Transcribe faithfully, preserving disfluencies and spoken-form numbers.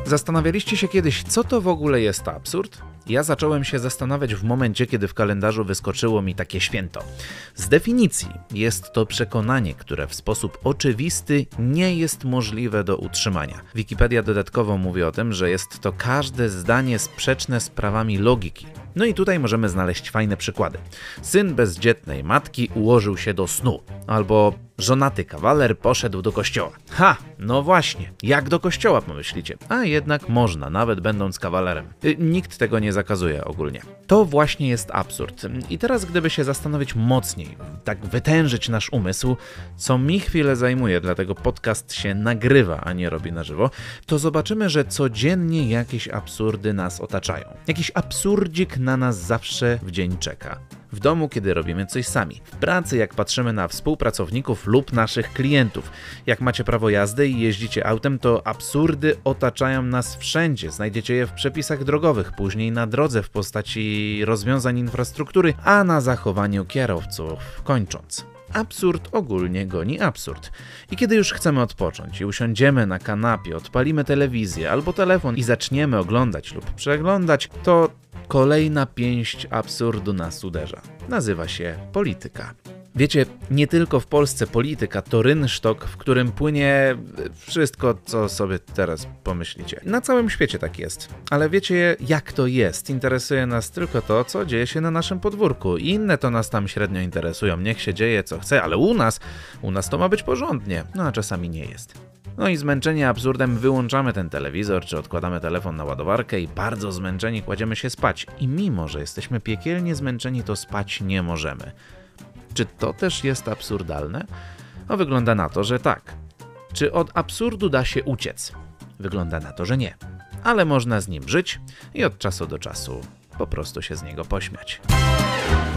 Zastanawialiście się kiedyś, co to w ogóle jest absurd? Ja zacząłem się zastanawiać w momencie, kiedy w kalendarzu wyskoczyło mi takie święto. Z definicji jest to przekonanie, które w sposób oczywisty nie jest możliwe do utrzymania. Wikipedia dodatkowo mówi o tym, że jest to każde zdanie sprzeczne z prawami logiki. No i tutaj możemy znaleźć fajne przykłady. Syn bezdzietnej matki ułożył się do snu. Albo żonaty kawaler poszedł do kościoła. Ha, no właśnie, jak do kościoła pomyślicie. A jednak można, nawet będąc kawalerem. Y, nikt tego nie zakazuje ogólnie. To właśnie jest absurd. I teraz gdyby się zastanowić mocniej, tak wytężyć nasz umysł, co mi chwilę zajmuje, dlatego podcast się nagrywa, a nie robi na żywo, to zobaczymy, że codziennie jakieś absurdy nas otaczają. Jakiś absurdzik na nas zawsze w dzień czeka. W domu, kiedy robimy coś sami. W pracy, jak patrzymy na współpracowników lub naszych klientów. Jak macie prawo jazdy i jeździcie autem, to absurdy otaczają nas wszędzie. Znajdziecie je w przepisach drogowych, później na drodze w postaci rozwiązań infrastruktury, a na zachowaniu kierowców kończąc. Absurd ogólnie goni absurd. I kiedy już chcemy odpocząć i usiądziemy na kanapie, odpalimy telewizję albo telefon i zaczniemy oglądać lub przeglądać, to kolejna pięść absurdu nas uderza. Nazywa się polityka. Wiecie, nie tylko w Polsce polityka to rynsztok, w którym płynie wszystko, co sobie teraz pomyślicie. Na całym świecie tak jest. Ale wiecie, jak to jest? Interesuje nas tylko to, co dzieje się na naszym podwórku. Inne to nas tam średnio interesują. Niech się dzieje, co chce, ale u nas, u nas to ma być porządnie. No a czasami nie jest. No i zmęczeni absurdem wyłączamy ten telewizor, czy odkładamy telefon na ładowarkę i bardzo zmęczeni kładziemy się spać. I mimo, że jesteśmy piekielnie zmęczeni, to spać nie możemy. Czy to też jest absurdalne? No wygląda na to, że tak. Czy od absurdu da się uciec? Wygląda na to, że nie. Ale można z nim żyć i od czasu do czasu po prostu się z niego pośmiać.